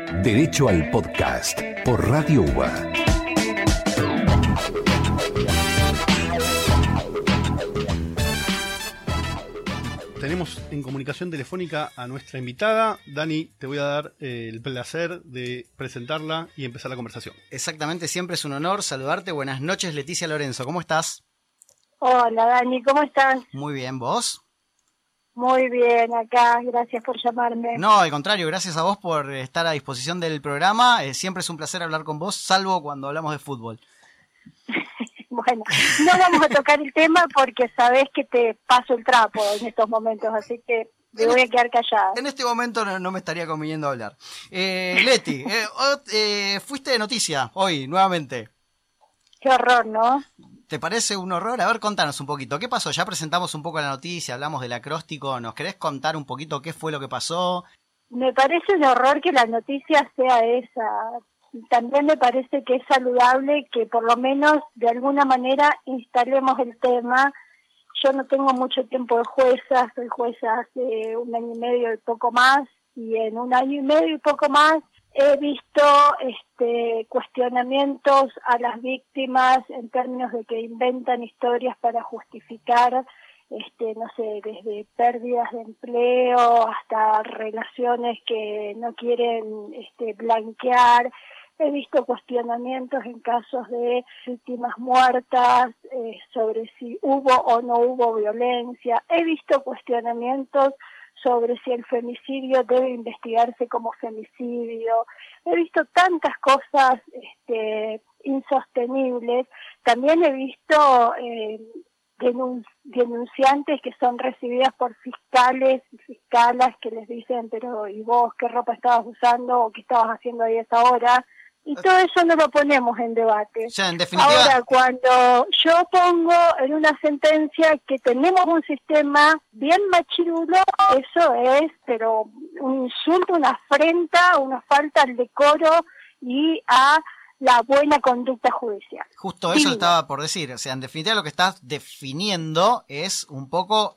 Derecho al Podcast por Radio UBA. Tenemos en comunicación telefónica a nuestra invitada. Dani, te voy a dar el placer de presentarla y empezar la conversación. Exactamente, siempre es un honor saludarte. Buenas noches, Leticia Lorenzo, ¿cómo estás? Hola Dani, ¿cómo estás? Muy bien, ¿vos? Muy bien, acá, gracias por llamarme. No, al contrario, gracias a vos por estar a disposición del programa. Siempre es un placer hablar con vos, salvo cuando hablamos de fútbol. Bueno, no vamos a tocar el tema porque sabés que te paso el trapo en estos momentos, así que me voy a quedar callada. En este momento no me estaría conveniendo hablar. Leti, fuiste de noticia hoy, nuevamente. Qué horror, ¿no? ¿Te parece un horror? A ver, contanos un poquito. ¿Qué pasó? Ya presentamos un poco la noticia, hablamos del acróstico. ¿Nos querés contar un poquito qué fue lo que pasó? Me parece un horror que la noticia sea esa. También me parece que es saludable que por lo menos de alguna manera instalemos el tema. Yo no tengo mucho tiempo de jueza, soy jueza hace 1 año y medio y poco más, y en 1 año y medio y poco más he visto cuestionamientos a las víctimas en términos de que inventan historias para justificar, no sé, desde pérdidas de empleo hasta relaciones que no quieren blanquear. He visto cuestionamientos en casos de víctimas muertas, sobre si hubo o no hubo violencia. He visto cuestionamientos sobre si el femicidio debe investigarse como femicidio. He visto tantas cosas insostenibles. También he visto denunciantes que son recibidas por fiscales y fiscalas que les dicen, pero ¿y vos qué ropa estabas usando o qué estabas haciendo ahí a esa hora? Y todo eso no lo ponemos en debate. O sea, en definitiva... Ahora, cuando yo pongo en una sentencia que tenemos un sistema bien machirulo, eso es, pero un insulto, una afrenta, una falta al decoro y a la buena conducta judicial. Justo eso estaba por decir. O sea, en definitiva lo que estás definiendo es un poco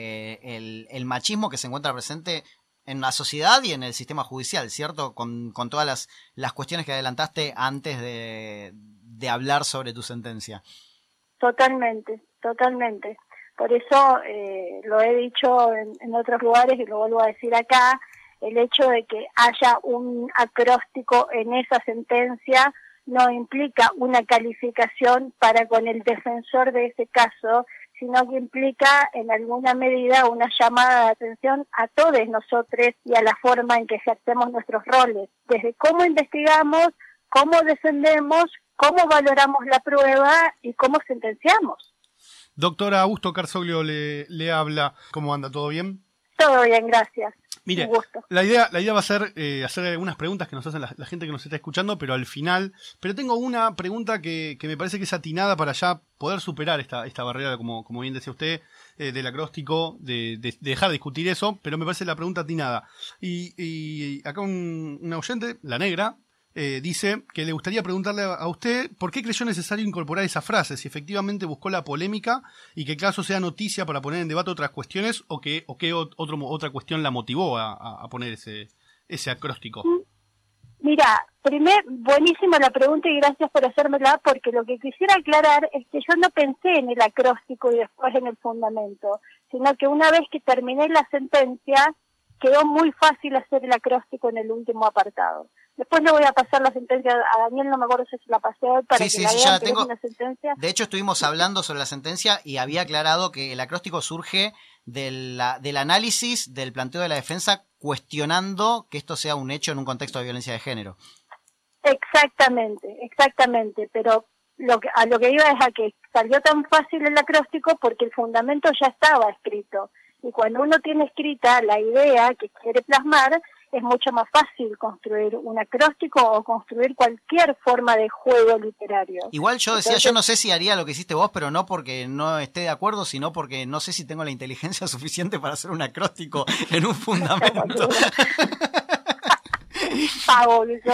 el machismo que se encuentra presente en la sociedad y en el sistema judicial, ¿cierto? Con todas las cuestiones que adelantaste antes de hablar sobre tu sentencia. Totalmente, totalmente. Por eso lo he dicho en otros lugares y lo vuelvo a decir acá, el hecho de que haya un acróstico en esa sentencia no implica una calificación para con el defensor de ese caso, sino que implica en alguna medida una llamada de atención a todos nosotros y a la forma en que ejercemos nuestros roles, desde cómo investigamos, cómo defendemos, cómo valoramos la prueba y cómo sentenciamos. Doctora Augusto Carzoglio le habla. ¿Cómo anda? ¿Todo bien? Todo bien, gracias. Mire, un gusto. La idea va a ser hacer algunas preguntas que nos hacen la gente que nos está escuchando, pero al final. Pero tengo una pregunta que me parece que es atinada para ya poder superar esta barrera, como bien decía usted, del acróstico, de dejar de discutir eso, pero me parece la pregunta atinada. Y acá un oyente, La Negra, dice que le gustaría preguntarle a usted por qué creyó necesario incorporar esa frase, si efectivamente buscó la polémica y que el caso sea noticia para poner en debate otras cuestiones o qué otra cuestión la motivó a poner ese acróstico. Mira, buenísima la pregunta y gracias por hacérmela, porque lo que quisiera aclarar es que yo no pensé en el acróstico y después en el fundamento, sino que una vez que terminé la sentencia quedó muy fácil hacer el acróstico en el último apartado. Después le voy a pasar la sentencia a Daniel, no me acuerdo si se la pasé hoy para que la vean, ya la que tengo. Es una sentencia. De hecho, estuvimos hablando sobre la sentencia y había aclarado que el acróstico surge del análisis del planteo de la defensa cuestionando que esto sea un hecho en un contexto de violencia de género. Exactamente, pero a lo que iba es a que salió tan fácil el acróstico porque el fundamento ya estaba escrito. Y cuando uno tiene escrita la idea que quiere plasmar, es mucho más fácil construir un acróstico o construir cualquier forma de juego literario. Igual yo decía, yo no sé si haría lo que hiciste vos, pero no porque no esté de acuerdo, sino porque no sé si tengo la inteligencia suficiente para hacer un acróstico en un fundamento. Fabuloso.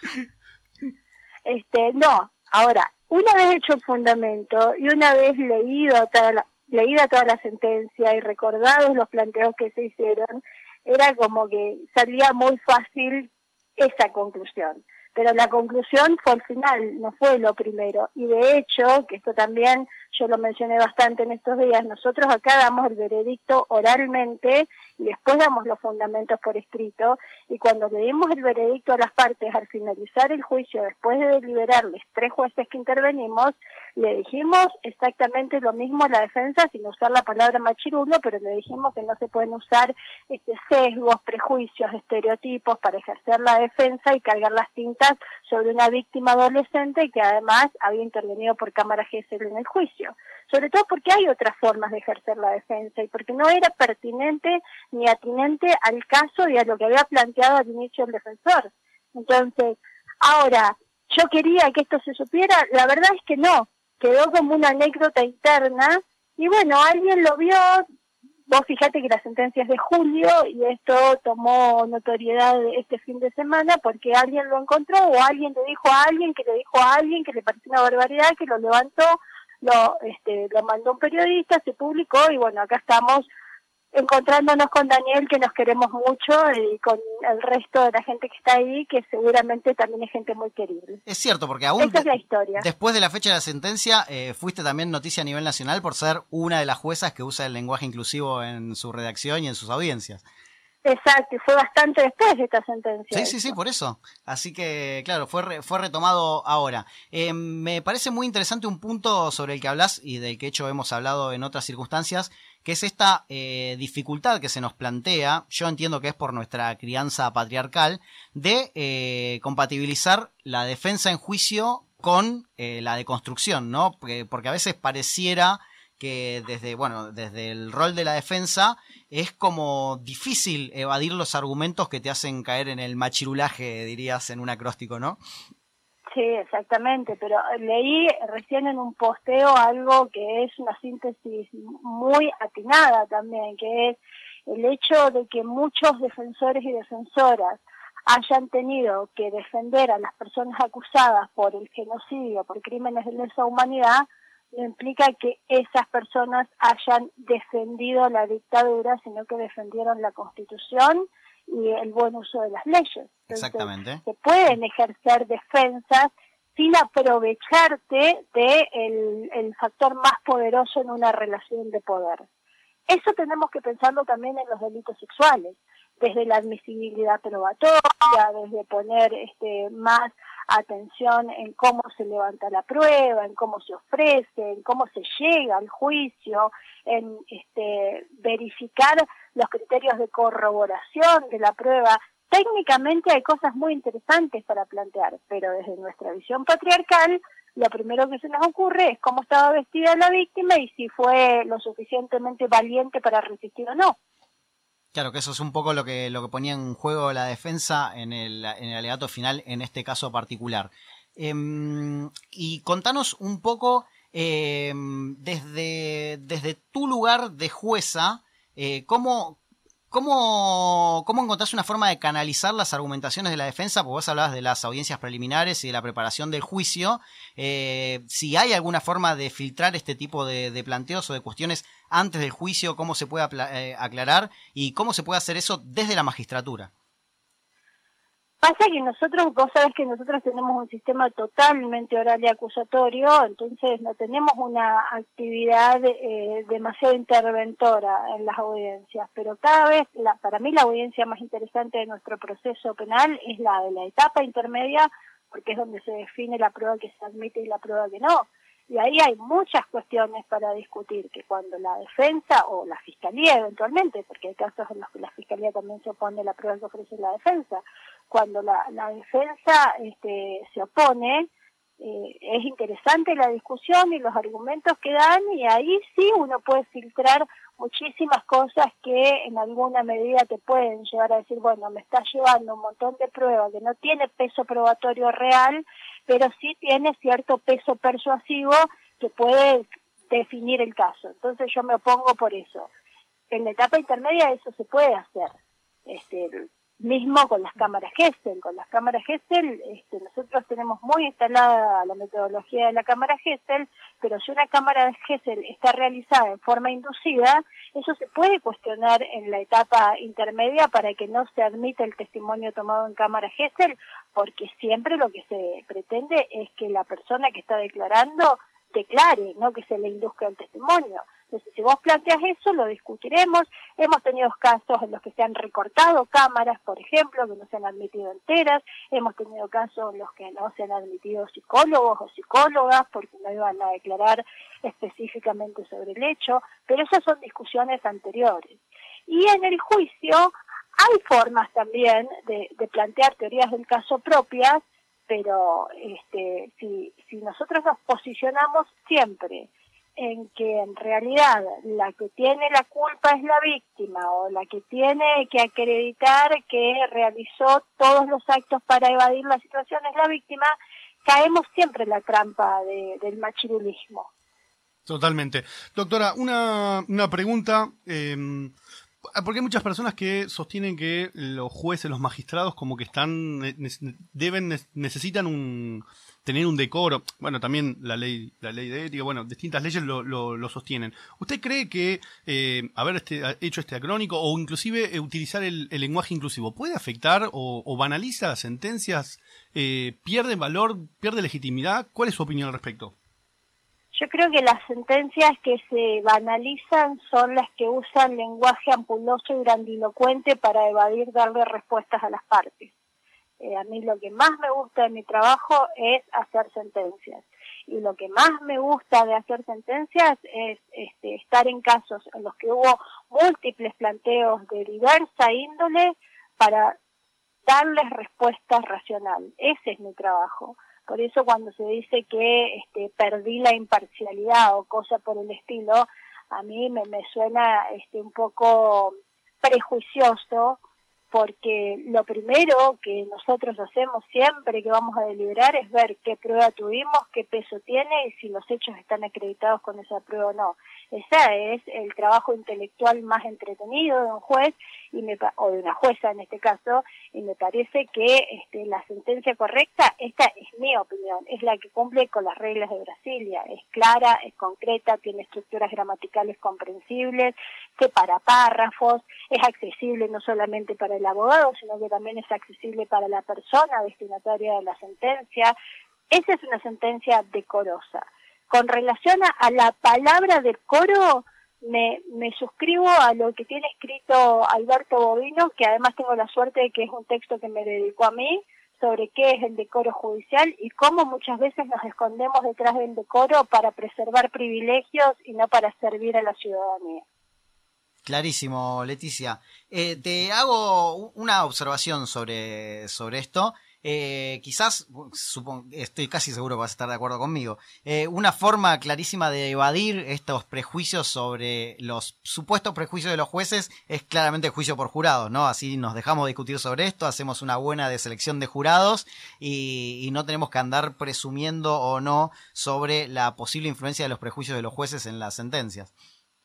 No, ahora, una vez hecho el fundamento y una vez leída toda la sentencia y recordados los planteos que se hicieron, era como que salía muy fácil esa conclusión. Pero la conclusión fue al final, no fue lo primero. Y de hecho, que esto también yo lo mencioné bastante en estos días, nosotros acá damos el veredicto oralmente y después damos los fundamentos por escrito. Y cuando le dimos el veredicto a las partes al finalizar el juicio, después de deliberarles 3 jueces que intervenimos, le dijimos exactamente lo mismo a la defensa, sin usar la palabra machirulo, pero le dijimos que no se pueden usar sesgos, prejuicios, estereotipos para ejercer la defensa y cargar las tintas sobre una víctima adolescente que además había intervenido por cámara GSL en el juicio. Sobre todo porque hay otras formas de ejercer la defensa y porque no era pertinente ni atinente al caso y a lo que había planteado al inicio el defensor. Entonces, ahora, yo quería que esto se supiera, la verdad es que no, quedó como una anécdota interna y bueno, alguien lo vio. Vos fijate que la sentencia es de julio y esto tomó notoriedad este fin de semana porque alguien lo encontró o alguien le dijo a alguien que le dijo a alguien que le pareció una barbaridad, que lo levantó, lo mandó un periodista, se publicó y bueno, acá estamos encontrándonos con Daniel, que nos queremos mucho, y con el resto de la gente que está ahí, que seguramente también es gente muy querible. Es cierto, porque aún esa es la historia. Después de la fecha de la sentencia, fuiste también noticia a nivel nacional por ser una de las juezas que usa el lenguaje inclusivo en su redacción y en sus audiencias. Exacto, y fue bastante después de esta sentencia. Sí, por eso. Así que, claro, fue retomado ahora. Me parece muy interesante un punto sobre el que hablas y del que hecho hemos hablado en otras circunstancias, que es esta dificultad que se nos plantea, yo entiendo que es por nuestra crianza patriarcal, de compatibilizar la defensa en juicio con la deconstrucción, ¿no? Porque a veces pareciera que desde el rol de la defensa es como difícil evadir los argumentos que te hacen caer en el machirulaje, dirías, en un acróstico, ¿no? Sí, exactamente, pero leí recién en un posteo algo que es una síntesis muy atinada también, que es el hecho de que muchos defensores y defensoras hayan tenido que defender a las personas acusadas por el genocidio, por crímenes de lesa humanidad, no implica que esas personas hayan defendido la dictadura, sino que defendieron la Constitución y el buen uso de las leyes. Entonces, exactamente. Se pueden ejercer defensas sin aprovecharte de el factor más poderoso en una relación de poder. Eso tenemos que pensarlo también en los delitos sexuales, desde la admisibilidad probatoria, desde poner más atención en cómo se levanta la prueba, en cómo se ofrece, en cómo se llega al juicio, en verificar los criterios de corroboración de la prueba. Técnicamente hay cosas muy interesantes para plantear, pero desde nuestra visión patriarcal, lo primero que se nos ocurre es cómo estaba vestida la víctima y si fue lo suficientemente valiente para resistir o no. Claro, que eso es un poco lo que ponía en juego la defensa en el alegato final en este caso particular. Y contanos un poco desde tu lugar de jueza, ¿cómo encontrás una forma de canalizar las argumentaciones de la defensa? Porque vos hablabas de las audiencias preliminares y de la preparación del juicio. Si hay alguna forma de filtrar este tipo de planteos o de cuestiones antes del juicio, cómo se puede aclarar y cómo se puede hacer eso desde la magistratura. Pasa que vos sabés que nosotros tenemos un sistema totalmente oral y acusatorio, entonces no tenemos una actividad demasiado interventora en las audiencias, pero cada vez, para mí la audiencia más interesante de nuestro proceso penal es la de la etapa intermedia, porque es donde se define la prueba que se admite y la prueba que no. Y ahí hay muchas cuestiones para discutir, que cuando la defensa o la fiscalía eventualmente, porque hay casos en los que la fiscalía también se opone a la prueba que ofrece la defensa, cuando la defensa se opone, es interesante la discusión y los argumentos que dan, y ahí sí uno puede filtrar muchísimas cosas que en alguna medida te pueden llevar a decir, bueno, me está llevando un montón de pruebas que no tiene peso probatorio real, pero sí tiene cierto peso persuasivo que puede definir el caso. Entonces yo me opongo por eso. En la etapa intermedia eso se puede hacer. Mismo con las cámaras Gesell. Con las cámaras Gesell, nosotros tenemos muy instalada la metodología de la cámara Gesell, pero si una cámara de Gesell está realizada en forma inducida, eso se puede cuestionar en la etapa intermedia para que no se admita el testimonio tomado en cámara Gesell, porque siempre lo que se pretende es que la persona que está declarando declare, no que se le induzca el testimonio. Entonces, si vos planteas eso, lo discutiremos. Hemos tenido casos en los que se han recortado cámaras, por ejemplo, que no se han admitido enteras. Hemos tenido casos en los que no se han admitido psicólogos o psicólogas porque no iban a declarar específicamente sobre el hecho, pero esas son discusiones anteriores. Y en el juicio hay formas también de plantear teorías del caso propias, pero si nosotros nos posicionamos siempre en que en realidad la que tiene la culpa es la víctima o la que tiene que acreditar que realizó todos los actos para evadir la situación es la víctima, caemos siempre en la trampa del machirulismo. Totalmente. Doctora, una pregunta, porque hay muchas personas que sostienen que los jueces, los magistrados, como que necesitan tener un decoro. Bueno, también la ley de ética, bueno, distintas leyes lo sostienen. ¿Usted cree que haber hecho este acrónico o inclusive utilizar el lenguaje inclusivo puede afectar o banaliza las sentencias? ¿Pierde valor, pierde legitimidad? ¿Cuál es su opinión al respecto? Yo creo que las sentencias que se banalizan son las que usan lenguaje ampuloso y grandilocuente para darle respuestas a las partes. A mí lo que más me gusta de mi trabajo es hacer sentencias. Y lo que más me gusta de hacer sentencias es estar en casos en los que hubo múltiples planteos de diversa índole para darles respuestas racional. Ese es mi trabajo. Por eso cuando se dice que perdí la imparcialidad o cosa por el estilo, a mí me suena un poco prejuicioso, porque lo primero que nosotros hacemos siempre que vamos a deliberar es ver qué prueba tuvimos, qué peso tiene y si los hechos están acreditados con esa prueba o no. Ese es el trabajo intelectual más entretenido de un juez o de una jueza en este caso, y me parece que la sentencia correcta, esta es mi opinión, es la que cumple con las reglas de Brasilia, es clara, es concreta, tiene estructuras gramaticales comprensibles, separa párrafos, es accesible no solamente para el abogado, sino que también es accesible para la persona destinataria de la sentencia. Esa es una sentencia decorosa. Con relación a la palabra decoro, me suscribo a lo que tiene escrito Alberto Bovino, que además tengo la suerte de que es un texto que me dedicó a mí, sobre qué es el decoro judicial y cómo muchas veces nos escondemos detrás del decoro para preservar privilegios y no para servir a la ciudadanía. Clarísimo, Leticia. Te hago una observación sobre esto. Quizás, estoy casi seguro que vas a estar de acuerdo conmigo, una forma clarísima de evadir estos prejuicios sobre los supuestos prejuicios de los jueces es claramente el juicio por jurados, ¿no? Así nos dejamos de discutir sobre esto, hacemos una buena deselección de jurados y no tenemos que andar presumiendo o no sobre la posible influencia de los prejuicios de los jueces en las sentencias.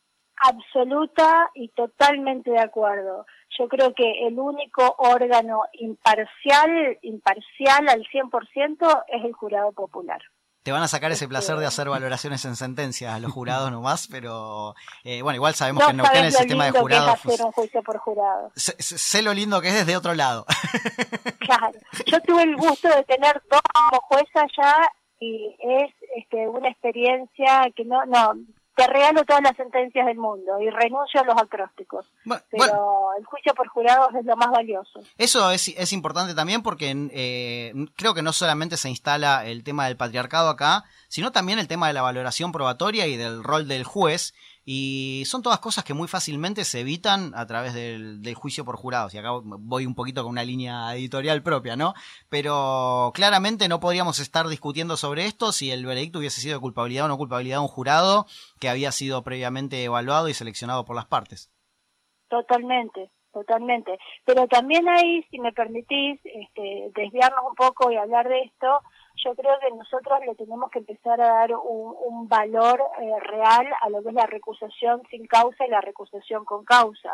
Absoluta y totalmente de acuerdo. Yo creo que el único órgano imparcial al 100% es el jurado popular. Te van a sacar ese placer de hacer valoraciones en sentencias a los jurados nomás, pero bueno, igual sabemos que en Neuquén el sistema de jurados... No sabes lo lindo que es hacer un juicio por jurado. Sé lo lindo que es desde otro lado. Claro. Yo tuve el gusto de tener 2 como jueza ya y es una experiencia que no te regalo todas las sentencias del mundo y renuncio a los acrósticos. Pero el juicio por jurados es lo más valioso. Eso es importante también porque creo que no solamente se instala el tema del patriarcado acá, sino también el tema de la valoración probatoria y del rol del juez. Y son todas cosas que muy fácilmente se evitan a través del juicio por jurados. Y acá voy un poquito con una línea editorial propia, ¿no? Pero claramente no podríamos estar discutiendo sobre esto si el veredicto hubiese sido de culpabilidad o no culpabilidad de un jurado que había sido previamente evaluado y seleccionado por las partes. Totalmente. Pero también ahí, si me permitís, desviarnos un poco y hablar de esto, yo creo que nosotros le tenemos que empezar a dar un valor real a lo que es la recusación sin causa y la recusación con causa,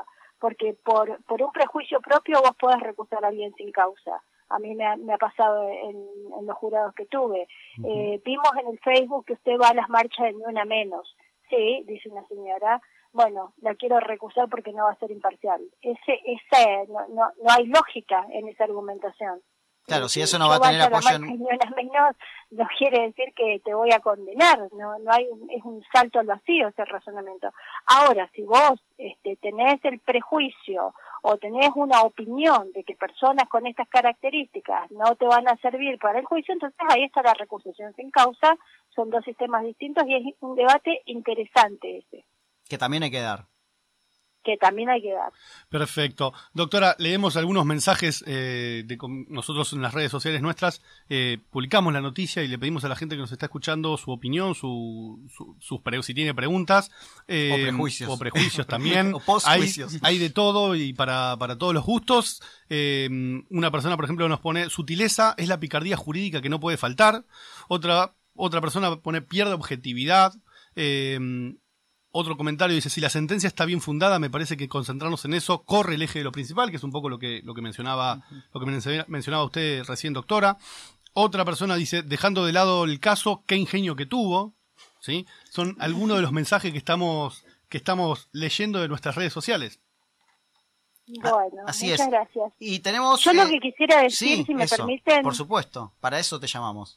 porque por un prejuicio propio vos podés recusar a alguien sin causa. A mí me ha pasado en los jurados que tuve. Vimos en el Facebook que usted va a las marchas de Ni Una Menos. Sí, dice una señora, bueno, la quiero recusar porque no va a ser imparcial. No hay lógica en esa argumentación. Claro, si eso no va a tener apoyo no quiere decir que te voy a condenar, no hay es un salto al vacío ese razonamiento. Ahora, si vos tenés el prejuicio o tenés una opinión de que personas con estas características no te van a servir para el juicio, entonces ahí está la recusación sin causa, son dos sistemas distintos y es un debate interesante ese. Que también hay que dar. Perfecto. Doctora, leemos algunos mensajes nosotros en las redes sociales nuestras, publicamos la noticia y le pedimos a la gente que nos está escuchando su opinión, si tiene preguntas. O prejuicios también. O postjuicios. Hay de todo y para todos los gustos. Una persona, por ejemplo, nos pone: sutileza es la picardía jurídica que no puede faltar. Otra persona pone: pierde objetividad. Otro comentario dice: si la sentencia está bien fundada, me parece que concentrarnos en eso corre el eje de lo principal, que es un poco lo que mencionaba usted recién, doctora. Otra persona dice: dejando de lado el caso, qué ingenio que tuvo. ¿Sí? Son algunos de los mensajes que estamos leyendo de nuestras redes sociales. Bueno, así muchas gracias. Y tenemos, yo lo que quisiera decir, sí, si me eso, permiten. Por supuesto, para eso te llamamos.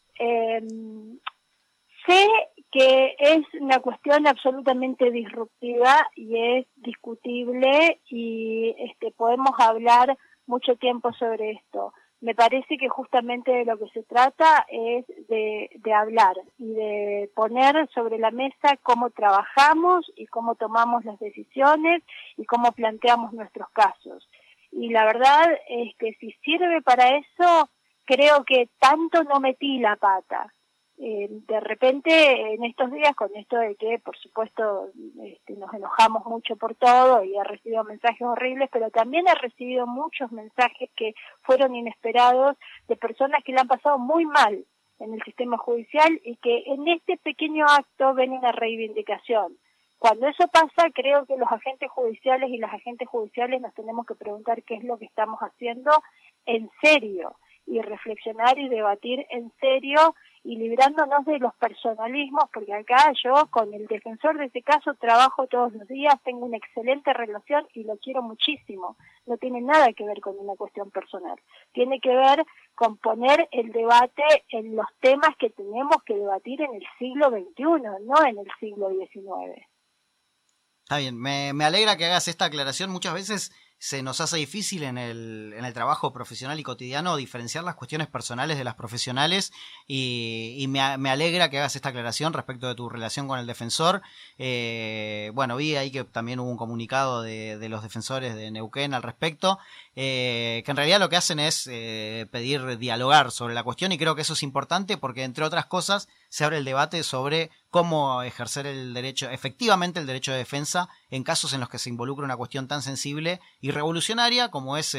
Sé que es una cuestión absolutamente disruptiva y es discutible y podemos hablar mucho tiempo sobre esto. Me parece que justamente de lo que se trata es de hablar y de poner sobre la mesa cómo trabajamos y cómo tomamos las decisiones y cómo planteamos nuestros casos. Y la verdad es que si sirve para eso, creo que tanto no metí la pata. De repente en estos días, con esto de que por supuesto nos enojamos mucho por todo y he recibido mensajes horribles, pero también he recibido muchos mensajes que fueron inesperados de personas que le han pasado muy mal en el sistema judicial y que en este pequeño acto ven una reivindicación. Cuando eso pasa, creo que los agentes judiciales y las agentes judiciales nos tenemos que preguntar qué es lo que estamos haciendo en serio y reflexionar y debatir en serio y librándonos de los personalismos, porque acá yo con el defensor de ese caso trabajo todos los días, tengo una excelente relación y lo quiero muchísimo. No tiene nada que ver con una cuestión personal. Tiene que ver con poner el debate en los temas que tenemos que debatir en el siglo XXI, no en el siglo XIX. Está bien, me alegra que hagas esta aclaración. Muchas veces se nos hace difícil en el trabajo profesional y cotidiano diferenciar las cuestiones personales de las profesionales y me alegra que hagas esta aclaración respecto de tu relación con el defensor. Bueno, vi ahí que también hubo un comunicado de los defensores de Neuquén al respecto, que en realidad lo que hacen es pedir dialogar sobre la cuestión y creo que eso es importante porque, entre otras cosas, se abre el debate sobre cómo ejercer efectivamente el derecho de defensa en casos en los que se involucra una cuestión tan sensible y revolucionaria como es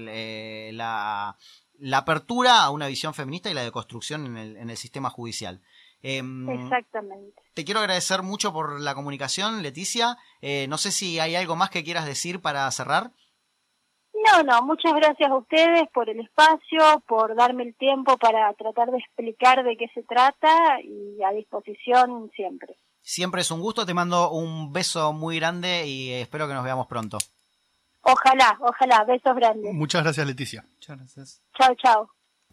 la apertura a una visión feminista y la deconstrucción en el sistema judicial. Exactamente. Te quiero agradecer mucho por la comunicación, Leticia. No sé si hay algo más que quieras decir para cerrar. No, muchas gracias a ustedes por el espacio, por darme el tiempo para tratar de explicar de qué se trata y a disposición siempre. Siempre es un gusto, te mando un beso muy grande y espero que nos veamos pronto. Ojalá, besos grandes. Muchas gracias, Leticia. Muchas gracias. Chao.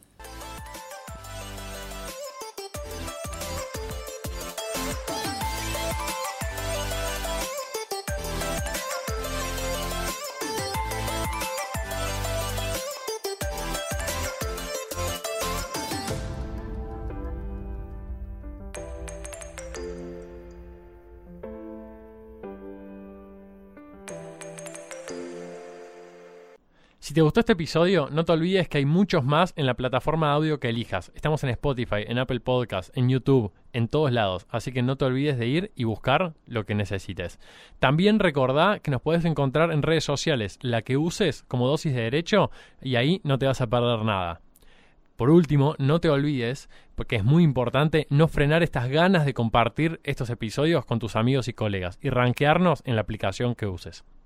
Si te gustó este episodio, no te olvides que hay muchos más en la plataforma de audio que elijas. Estamos en Spotify, en Apple Podcasts, en YouTube, en todos lados. Así que no te olvides de ir y buscar lo que necesites. También recordá que nos puedes encontrar en redes sociales, la que uses como Dosis de Derecho, y ahí no te vas a perder nada. Por último, no te olvides, porque es muy importante, no frenar estas ganas de compartir estos episodios con tus amigos y colegas y rankearnos en la aplicación que uses.